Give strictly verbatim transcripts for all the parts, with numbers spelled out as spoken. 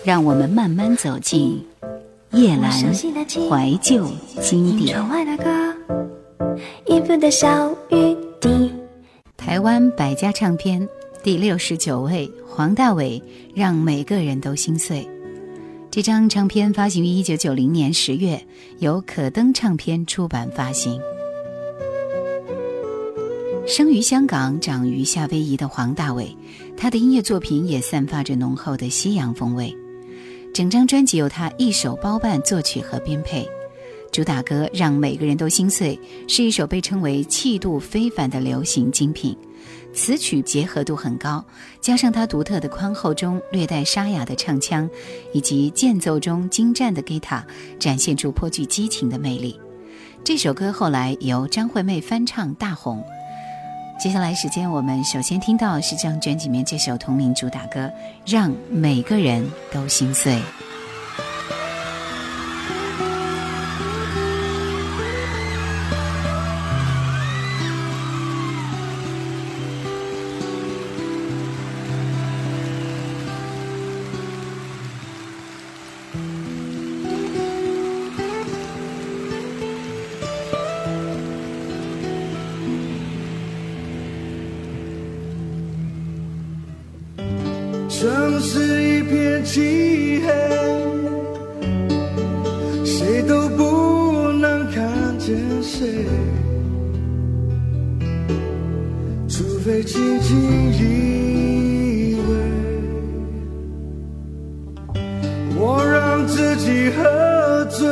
让我们慢慢走进夜阑怀旧经典。台湾百家唱片第六十九位，黄大炜，让每个人都心碎。这张唱片发行于一九九零年十月，由可登唱片出版发行。生于香港长于夏威夷的黄大炜，他的音乐作品也散发着浓厚的西洋风味。整张专辑由他一手包办作曲和编配。主打歌《让每个人都心碎》是一首被称为气度非凡的流行精品，词曲结合度很高，加上他独特的宽厚中略带沙哑的唱腔，以及间奏中精湛的吉他，展现出颇具激情的魅力。这首歌后来由张惠妹翻唱大红。接下来时间我们首先听到是这张专辑里面这首同名主打歌《让每个人都心碎》。 城市一片漆黑，谁都不能看见谁，除非轻轻依偎。我让自己喝醉，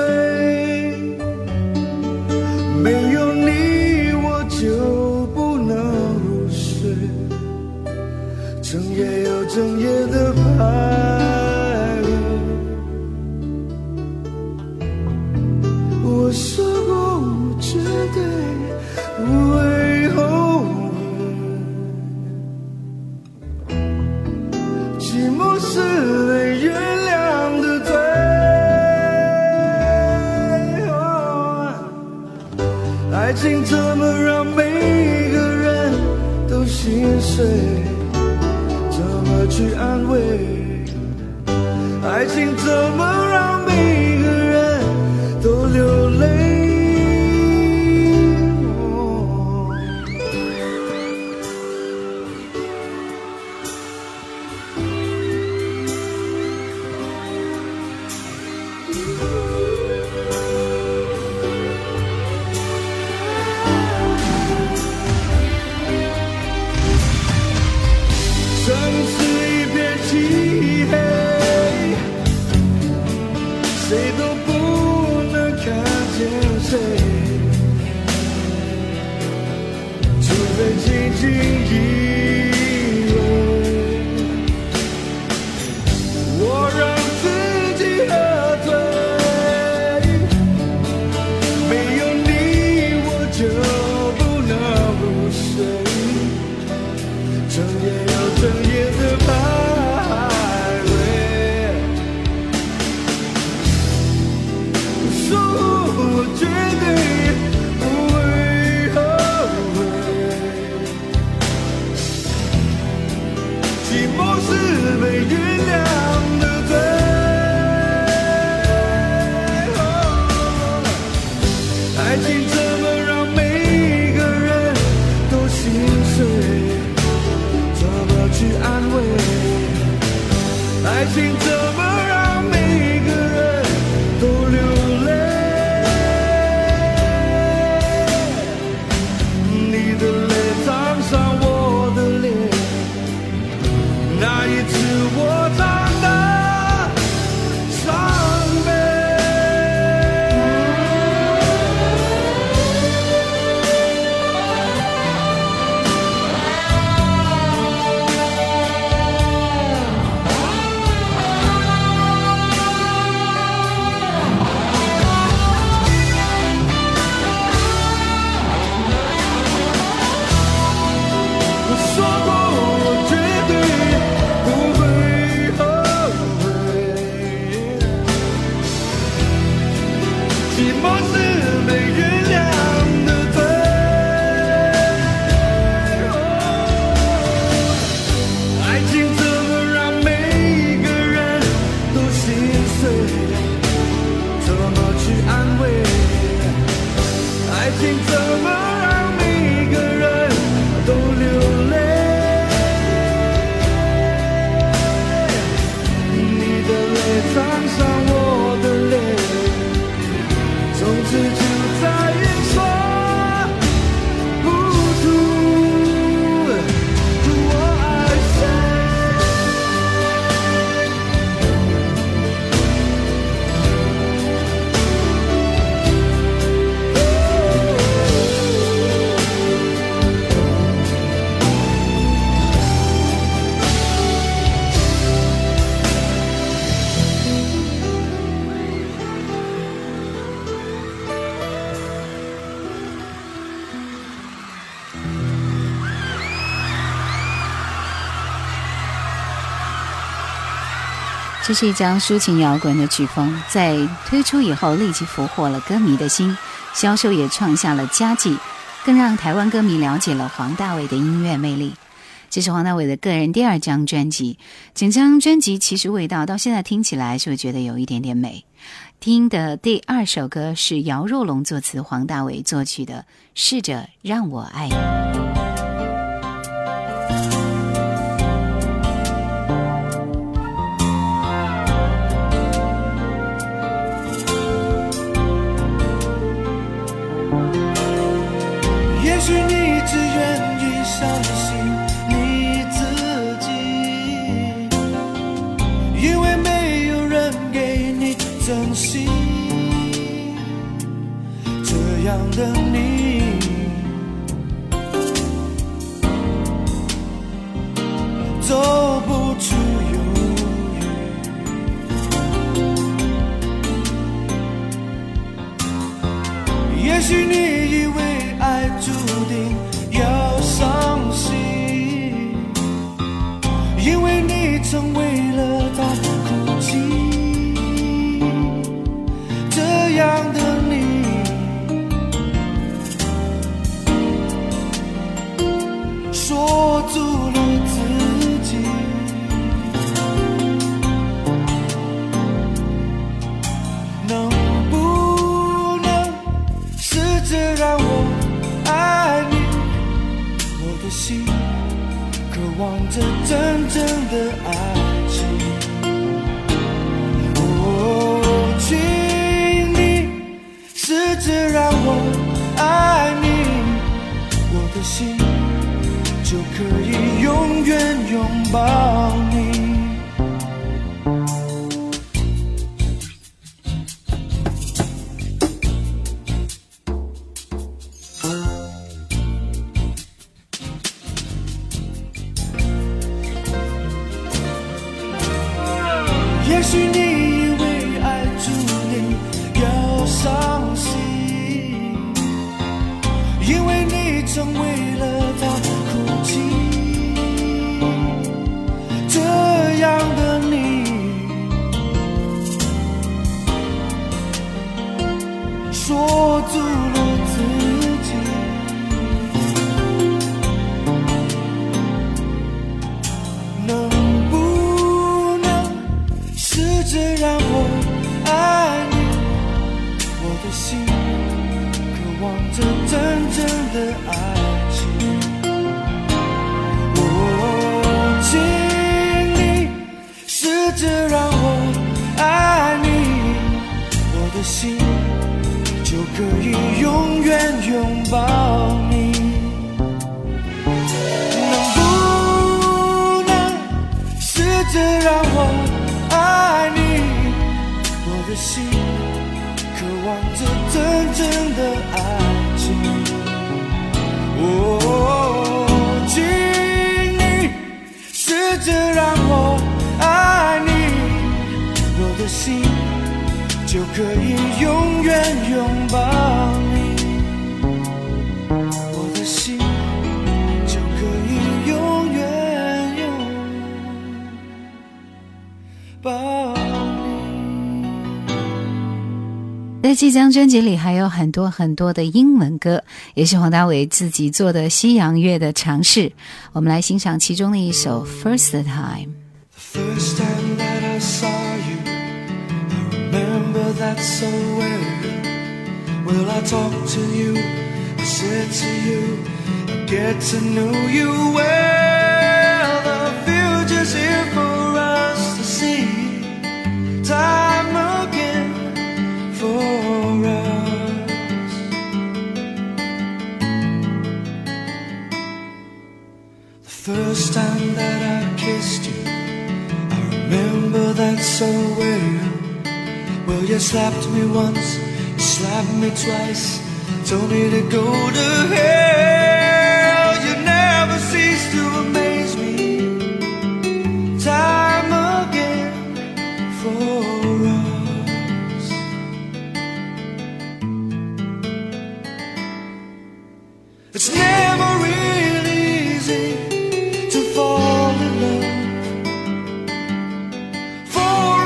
没有你我就不能入睡，整夜又整夜的徘徊。我说过我绝对不会后悔，寂寞是被原谅的罪。爱情怎么让每个人都心碎，怎么去安慰？爱情怎么让每个人都流泪？哦，城市一片漆黑，谁都不能看见谁，除非轻轻依偎。我让自己喝醉，没有你我就不能入睡，整夜又整夜的徘徊。说我绝对不会后悔，寂寞是被原谅的罪。爱情怎么让每个人都心碎，怎么去安慰？爱情怎么让每个人都流泪？你的泪烫伤我的脸，那一次我长大伤悲。我说过我绝对不会这是一张抒情摇滚的曲风，在推出以后立即俘获了歌迷的心，销售也创下了佳绩，更让台湾歌迷了解了黄大炜的音乐魅力。这是黄大炜的个人第二张专辑，整张专辑其实味道到现在听起来是会觉得有一点点美。听的第二首歌是姚若龙作词，黄大炜作曲的《试着让我爱你》。 也许你只愿意相信你自己，因为没有人给你真心，这样的你走不出犹豫。也许你以为爱注定要伤心，因为你曾为了他哭泣，这样的你锁住了自己。能不能试着让我爱你，我的心渴望着真正的爱情。哦，请你试着让我爱你，我的心就可以永远拥抱你。也许你以为爱注定要伤心，因为你曾为了他哭泣，这样的你锁住了自己。能不能试着让我爱你，我的心渴望着真正的爱情。哦，请你试着让我爱你，我的心就可以永远拥抱你。能不能试着让我爱你，我的心渴望着真正的爱情。哦，请你试着让我爱你，我的心就可以永远拥抱你。我的心就可以永远拥抱你。 在这张专辑里还有很多很多的英文歌，也是黄大炜自己做的西洋乐的尝试。我们来欣赏其中的一首 First Time。 The first time that I saw you, I remember that so well. Well, I talked to you, I said to you, I get to know you well. The future's here for us to see, time again for us. The first time that I kissed you, I remember that so well. Well, you slapped me once, you slapped me twice, told me to go to hell. You never cease to amaze me, time again for us. It's never really easy to fall in love. For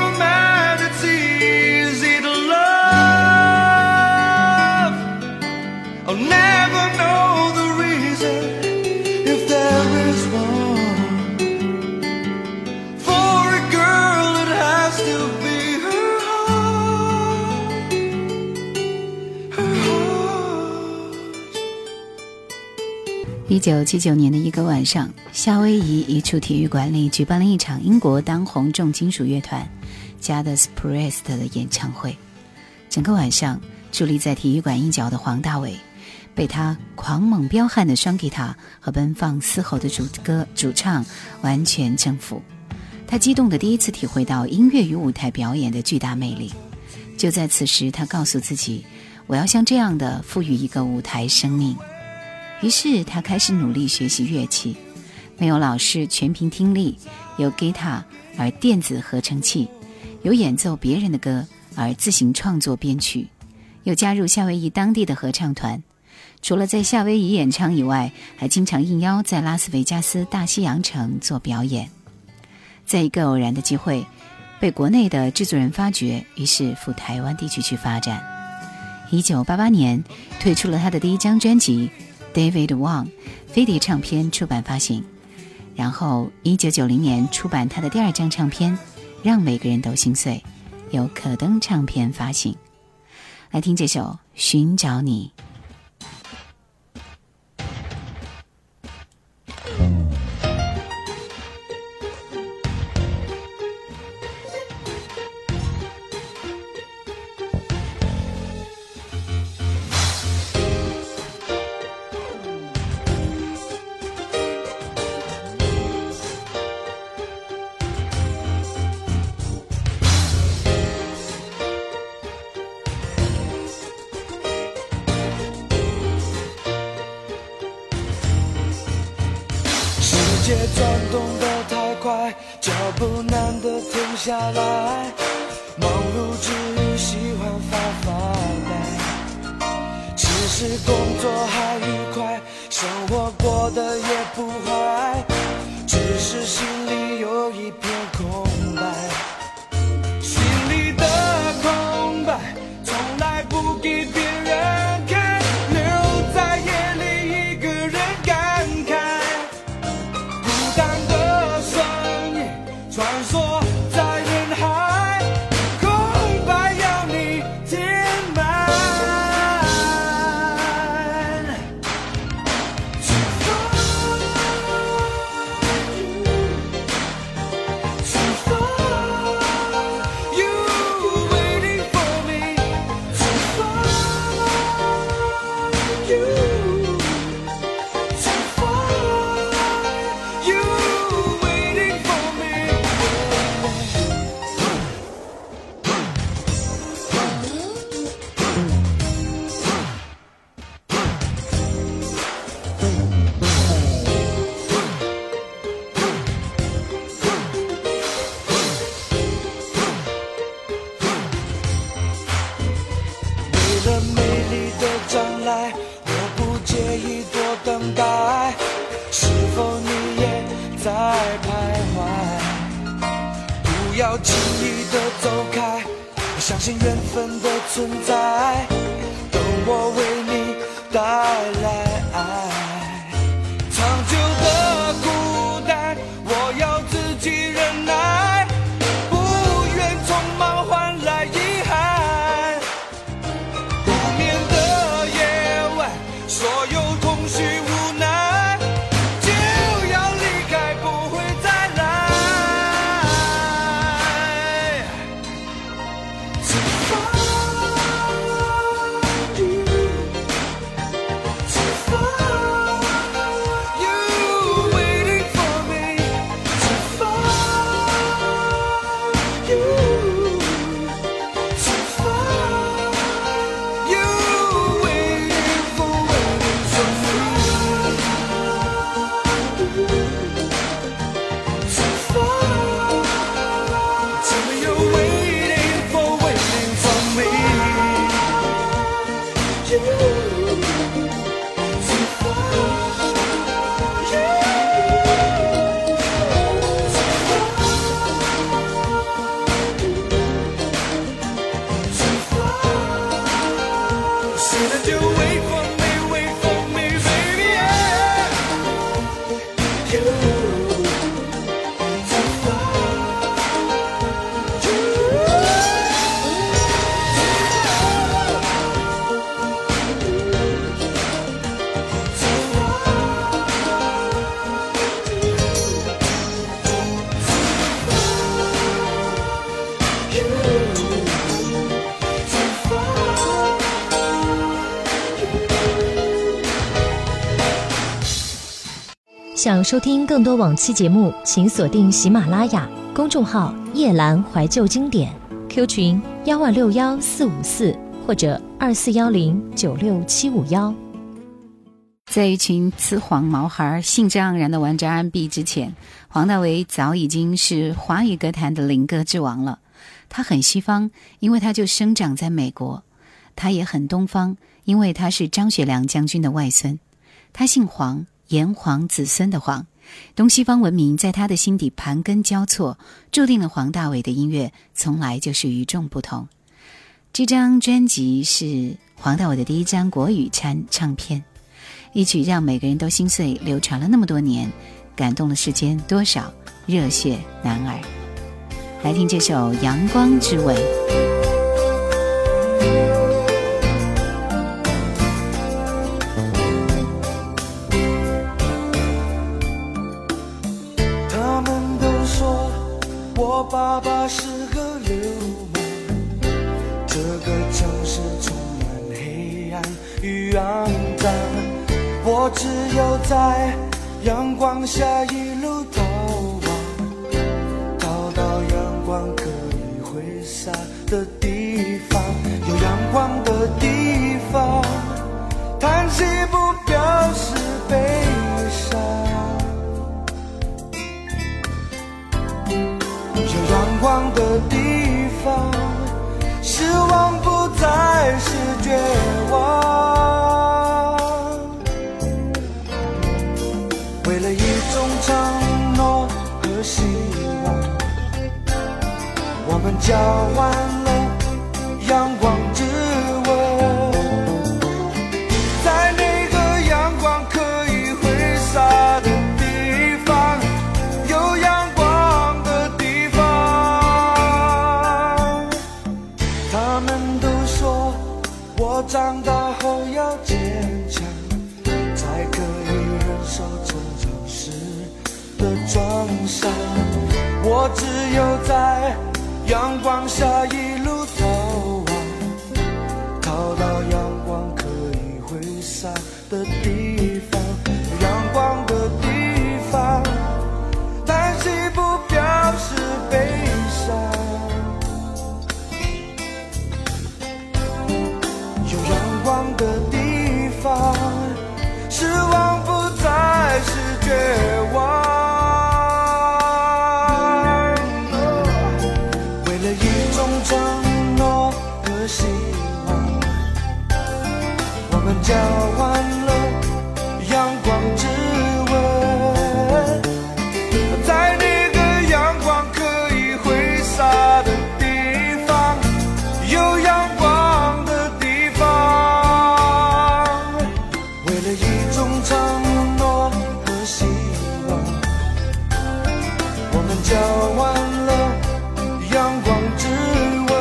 I'll never know the reason, if there is one. For a girl it has to be her heart, her heart. 一九七九年的一个晚上，夏威夷一处体育馆里举办了一场英国当红重金属乐团 Judas Priest 的演唱会。整个晚上，伫立在体育馆一角的黄大炜被他狂猛彪悍的双吉他和奔放嘶吼的主歌主唱完全征服。他激动地第一次体会到音乐与舞台表演的巨大魅力。就在此时，他告诉自己，我要像这样的赋予一个舞台生命。于是他开始努力学习乐器，没有老师，全凭听力，有吉他而电子合成器，有演奏别人的歌而自行创作编曲，又加入夏威夷当地的合唱团。除了在夏威夷演唱以外，还经常应邀在拉斯维加斯大西洋城做表演。在一个偶然的机会，被国内的制作人发掘，于是赴台湾地区去发展。一九八八年推出了他的第一张专辑 David Wong， 飞碟唱片出版发行。然后一九九零年出版他的第二张唱片让每个人都心碎，由可登唱片发行。来听这首寻找你。 世界转动得太快，脚步难得停下来，忙碌之余喜欢发发呆。其实工作还愉快，生活过得也不坏，只是心里有一片空白。心里的空白从来不给别人看，留在夜里一个人感慨。穿梭在人海，空白要你填满。出发，出发 ，You waiting for me。出发 ，You， 出发 ，You。为了美丽的将来，我不介意多等待。是否你也在徘徊？不要轻易的走开，相信缘分的存在，等我为你带来爱。长久的孤单，我要自己忍耐，不愿匆忙换来遗憾。不眠的夜晚，所有空虚无奈，就要离开，不会再来。出发，出发。Say that you wait for me. 想收听更多往期节目，请锁定喜马拉雅公众号夜阑怀旧经典 Q 群幺二六幺四五四或者二四幺零九六七五幺。 在一群雌黄毛孩兴致盎然地玩着 R and B 之前，黄大炜早已经是华语歌坛的灵歌之王了。他很西方，因为他就生长在美国；他也很东方，因为他是张学良将军的外孙。他姓黄，炎黄子孙的黄。东西方文明在他的心底盘根交错，注定了黄大炜的音乐从来就是与众不同。这张专辑是黄大炜的第一张国语唱唱片，一曲让每个人都心碎，流传了那么多年，感动了世间多少热血男儿。来听这首《阳光之吻》。 他们都说我爸爸是个流氓，这个城市充满黑暗与肮脏，我只有在阳光下一路逃亡，逃到阳光可以挥洒的地方，有阳光的地方，叹息不表示悲伤，有阳光的地方，失望不再是绝望，为了一种承诺和希望，我们交换了阳光之吻，在那个阳光可以挥洒的地方，有阳光的地方。他们都说我长大后要坚强，才可以忍受成长时的创伤，我只有在阳光下一路逃亡，逃到阳光可以挥洒的地方，阳光的地方，叹息不表示悲伤，有阳光的地方，失望不再是绝望，为了一种承诺和希望，我们交换了阳光之吻，在那个阳光可以挥洒的地方，有阳光的地方，为了一种承诺和希望，我们交换了阳光之吻，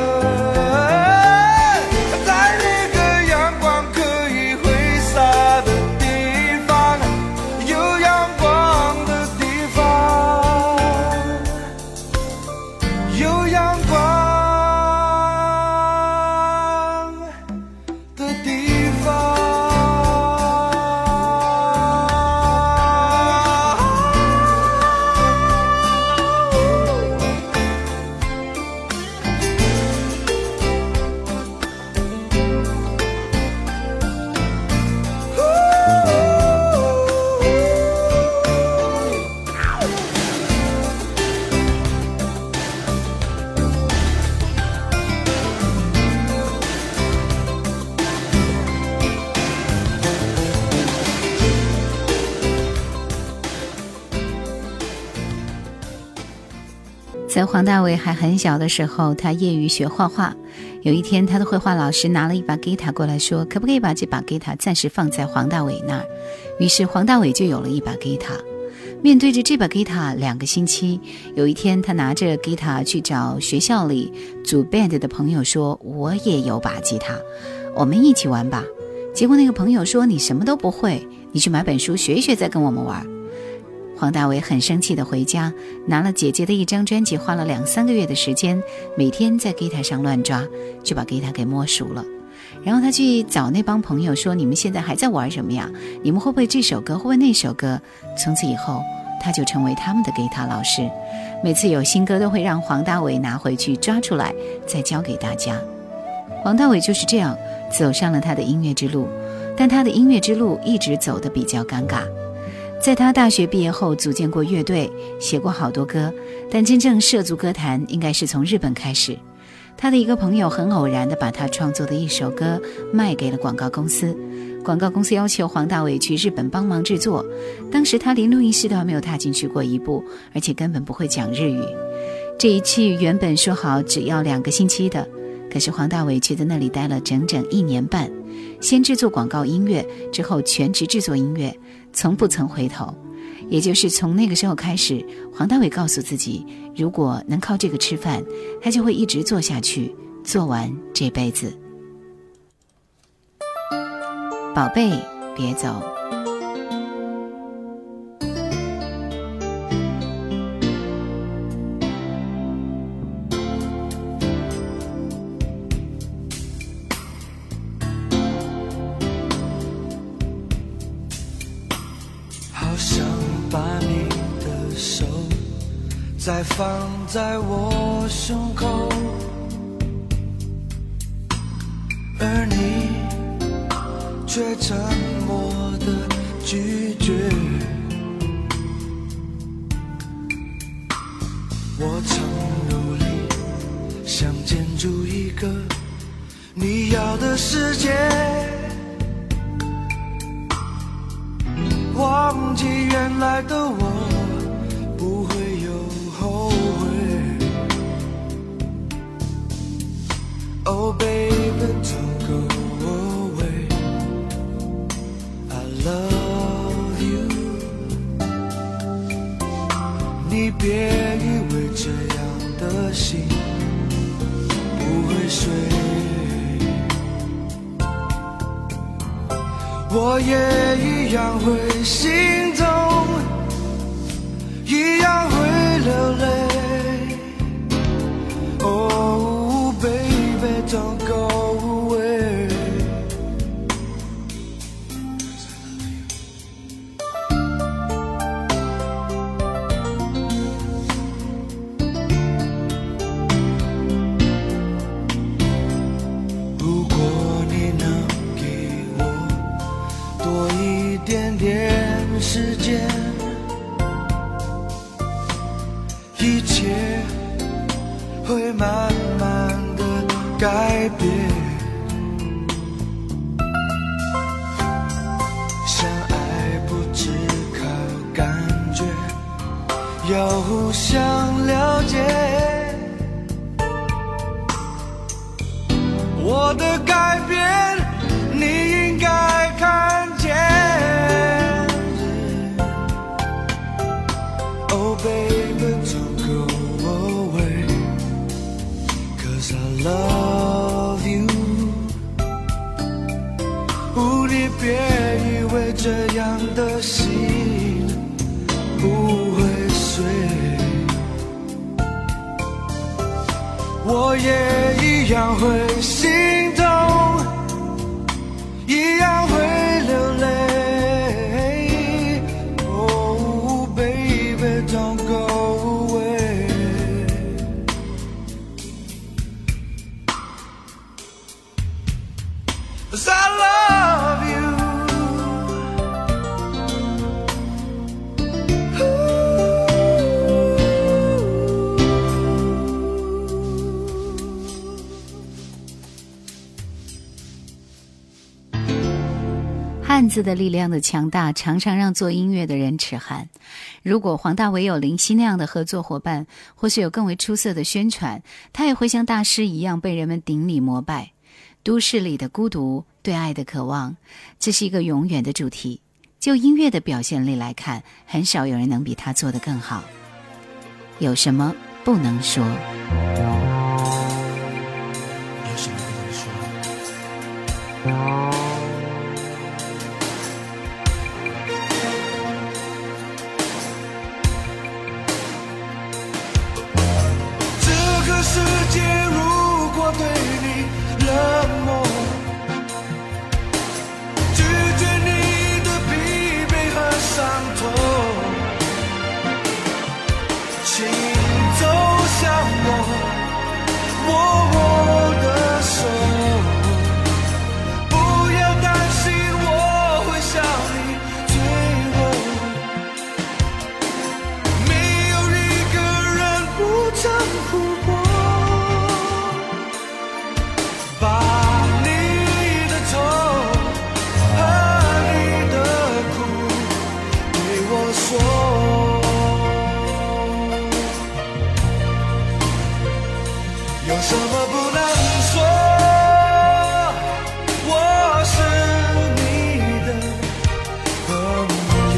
在那个阳光可以挥洒的地方，有阳光的地方，有阳光的地方。 在黄大炜还很小的时候，他业余学画画。有一天，他的绘画老师拿了一把吉他过来说，可不可以把这把吉他暂时放在黄大炜那儿？于是黄大炜就有了一把吉他。面对着这把吉他两个星期，有一天他拿着吉他去找学校里组 band 的朋友说，我也有把吉他，我们一起玩吧。结果那个朋友说，你什么都不会，你去买本书学一学再跟我们玩。黄大炜很生气地回家，拿了姐姐的一张专辑，花了两三个月的时间，每天在吉他上乱抓，就把吉他给摸熟了。 然后他去找那帮朋友说，你们现在还在玩什么呀？你们会不会这首歌，会不会那首歌？从此以后他就成为他们的吉他老师，每次有新歌都会让黄大炜拿回去抓出来再教给大家。黄大炜就是这样走上了他的音乐之路，但他的音乐之路一直走得比较尴尬。在他大学毕业后组建过乐队，写过好多歌，但真正涉足歌坛应该是从日本开始。他的一个朋友很偶然地把他创作的一首歌卖给了广告公司，广告公司要求黄大炜去日本帮忙制作，当时他连录音室都还没有踏进去过一步，而且根本不会讲日语。这一去原本说好只要两个星期的，可是黄大炜却在那里待了整整一年半，先制作广告音乐，之后全职制作音乐，从不曾回头。也就是从那个时候开始，黄大炜告诉自己，如果能靠这个吃饭，他就会一直做下去，做完这辈子。宝贝，别走。 再放在我胸口，而你却沉默地拒绝。我曾努力想建筑一个你要的世界，忘记原来的我不会后悔。 Oh baby don't go away I love you 你别以为这样的心不会睡，我也一样会心痛，一样会流泪。Oh baby don't go away 如果你能给我多一点点时间，一切会慢慢地改变。相爱不只靠感觉，要互相了解。我的改变，你应该看见。Oh baby don't go away Cause I love you 哦，你别以为这样的心不会碎，我也一样会心痛，一样会流泪。Oh baby don't go away Cause I love you 汉字的力量的强大常常让做音乐的人齿寒。如果黄大炜有林夕那样的合作伙伴，或是有更为出色的宣传，他也会像大师一样被人们顶礼膜拜。都市里的孤独，对爱的渴望，这是一个永远的主题。就音乐的表现力来看，很少有人能比他做得更好。有什么不能说？ 有什么不能说？这个世界如果对你冷漠， 有什么不能说？我是你的朋友。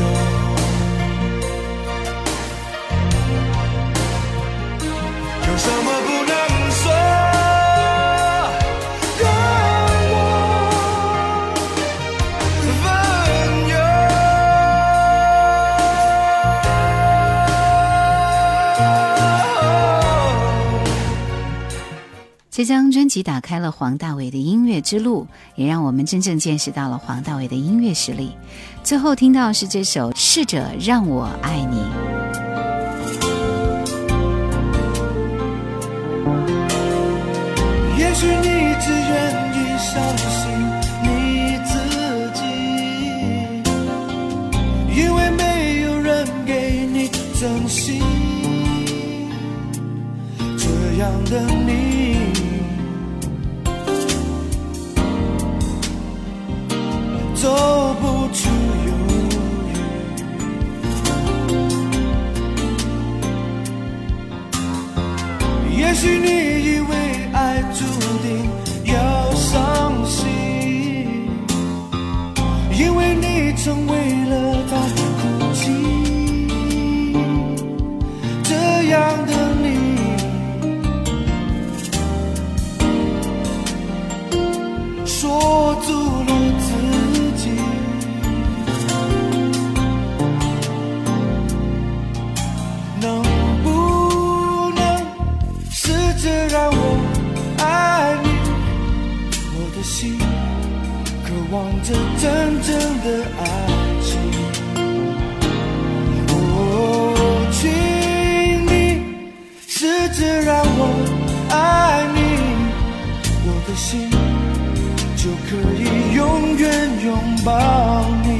有什么不能说？让我分忧。 这张专辑打开了黄大炜的音乐之路，也让我们真正见识到了黄大炜的音乐实力。最后听到是这首《试着让我爱你》。 也许你只愿意相信你自己，因为没有人给你真心，这样的你走不出犹豫。也许你以为爱注定要伤心，因为你曾为了他哭泣，这样的你说足了自己。能不能试着让我爱你？我的心渴望着真正的爱情。哦，请你试着让我爱你，我的心就可以永远拥抱你。